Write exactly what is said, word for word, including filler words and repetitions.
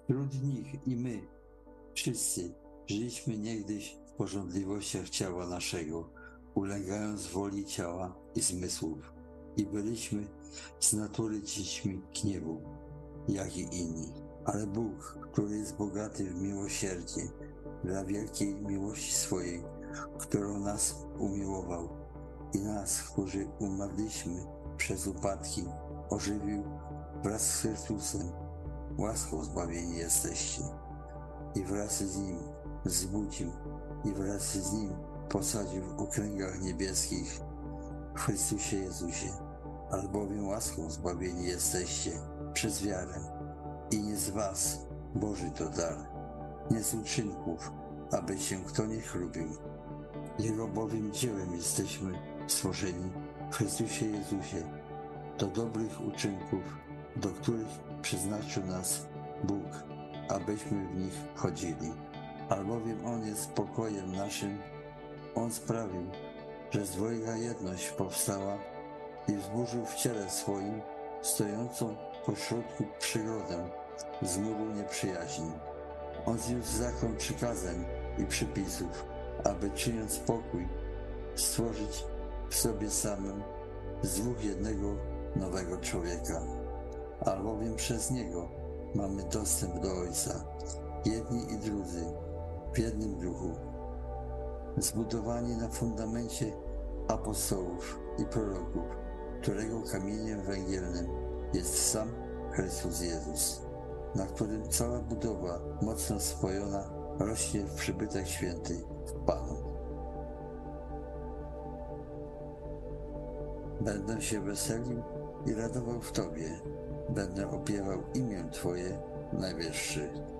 Wśród nich i my, wszyscy, żyliśmy niegdyś w pożądliwościach ciała naszego, ulegając woli ciała i zmysłów, i byliśmy z natury dziećmi gniewu, jak i inni. Ale Bóg, który jest bogaty w miłosierdzie, dla wielkiej miłości swojej, którą nas umiłował i nas, którzy umarliśmy przez upadki, ożywił wraz z Chrystusem. Łaską zbawieni jesteście. I wraz z Nim wzbudził i wraz z Nim posadził w okręgach niebieskich w Chrystusie Jezusie. Albowiem łaską zbawieni jesteście przez wiarę. I nie z was, Boży to dar, nie z uczynków, aby się kto nie chlubił. Jego bowiem dziełem jesteśmy stworzeni w Chrystusie Jezusie do dobrych uczynków, do których przeznaczył nas Bóg, abyśmy w nich chodzili. Albowiem On jest pokojem naszym, On sprawił, że z dwojga jedność powstała i wzburzył w ciele swoim stojącą pośrodku przygrodę z muru nieprzyjaźni. On zniósł zakon przykazań i przypisów, aby czyniąc pokój, stworzyć w sobie samym z dwóch jednego nowego człowieka. Albowiem przez Niego mamy dostęp do Ojca, jedni i drudzy, w jednym duchu, zbudowani na fundamencie apostołów i proroków, którego kamieniem węgielnym jest sam Chrystus Jezus, na którym cała budowa mocno spojona rośnie w przybytek święty w Panu. Będę się weselił i radował w Tobie, będę opiewał imię Twoje najwyższy.